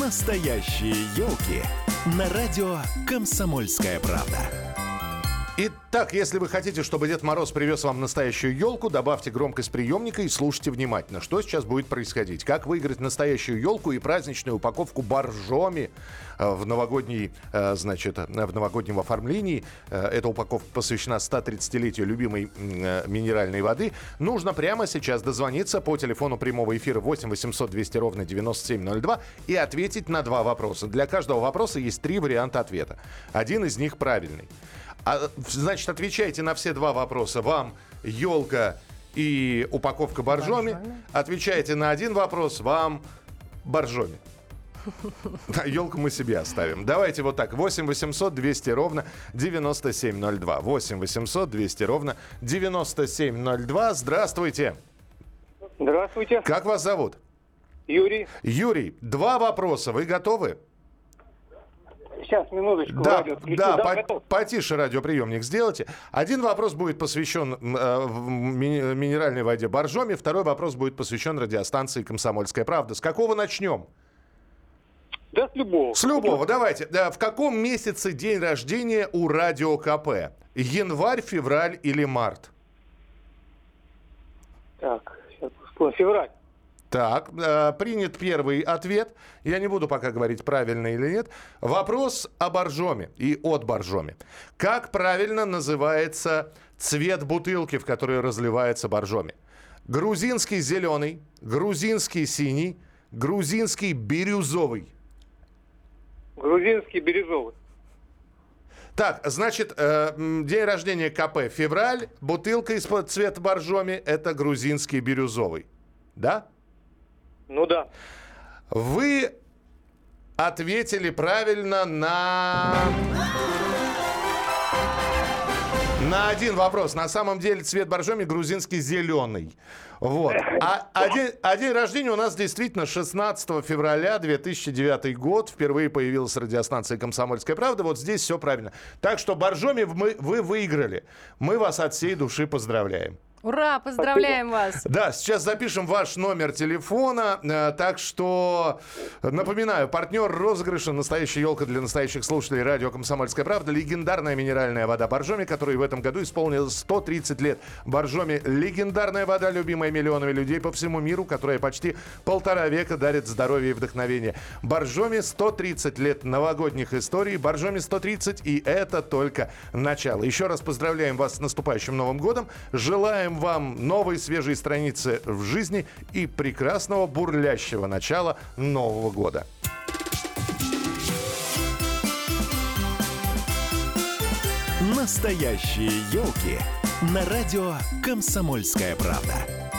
Настоящие елки на радио «Комсомольская правда». Итак, если вы хотите, чтобы Дед Мороз привез вам настоящую елку, добавьте громкость приемника и слушайте внимательно, что сейчас будет происходить. Как выиграть настоящую елку и праздничную упаковку боржоми в новогоднем оформлении. Эта упаковка посвящена 130-летию любимой минеральной воды. Нужно прямо сейчас дозвониться по телефону прямого эфира 8 800 200 ровно 9702 и ответить на два вопроса. Для каждого вопроса есть 3 варианта ответа. Один из них правильный. Значит, отвечайте на все 2 вопроса. Вам елка и упаковка боржоми. Отвечайте на один вопрос. Вам боржоми. Елку мы себе оставим. Давайте вот так. 8 800 200 ровно 9702. 8 800 200 ровно 9702. Здравствуйте. Здравствуйте. Как вас зовут? Юрий. Юрий, 2 вопроса. Вы готовы? Сейчас, минуточку. Да, Готов. потише радиоприемник сделайте. Один вопрос будет посвящен минеральной воде боржоми, второй вопрос будет посвящен радиостанции «Комсомольская правда». С какого начнем? Да, с любого. С любого, давайте. В каком месяце день рождения у Радио КП? Январь, февраль или март? Так, сейчас вспомню. Февраль. Так, принят первый ответ. Я не буду пока говорить, правильно или нет. Вопрос о боржоме и от боржоми. Как правильно называется цвет бутылки, в которой разливается боржоми? Грузинский зеленый, грузинский синий, грузинский бирюзовый. Грузинский бирюзовый. Так, значит, день рождения КП февраль, бутылка из-под цвета боржоми – это грузинский бирюзовый. Да? Ну да. Вы ответили правильно на один вопрос. На самом деле цвет боржоми грузинский зеленый. Вот. А день рождения у нас действительно 16 февраля 2009 год. Впервые появилась радиостанция «Комсомольская правда». Вот здесь все правильно. Так что боржоми вы выиграли. Мы вас от всей души поздравляем. Ура, поздравляем вас! Да, сейчас запишем ваш номер телефона. Так что, напоминаю, партнер розыгрыша «Настоящая елка» для настоящих слушателей радио «Комсомольская правда». Легендарная минеральная вода боржоми, которой в этом году исполнилось 130 лет. Боржоми – легендарная вода, любимая миллионами людей по всему миру, которая почти 1,5 века дарит здоровье и вдохновение. Боржоми – 130 лет новогодних историй. Боржоми – 130, и это только начало. Еще раз поздравляем вас с наступающим Новым годом. Желаем вам новой свежей страницы в жизни и прекрасного бурлящего начала Нового года. Настоящие елки на радио «Комсомольская правда».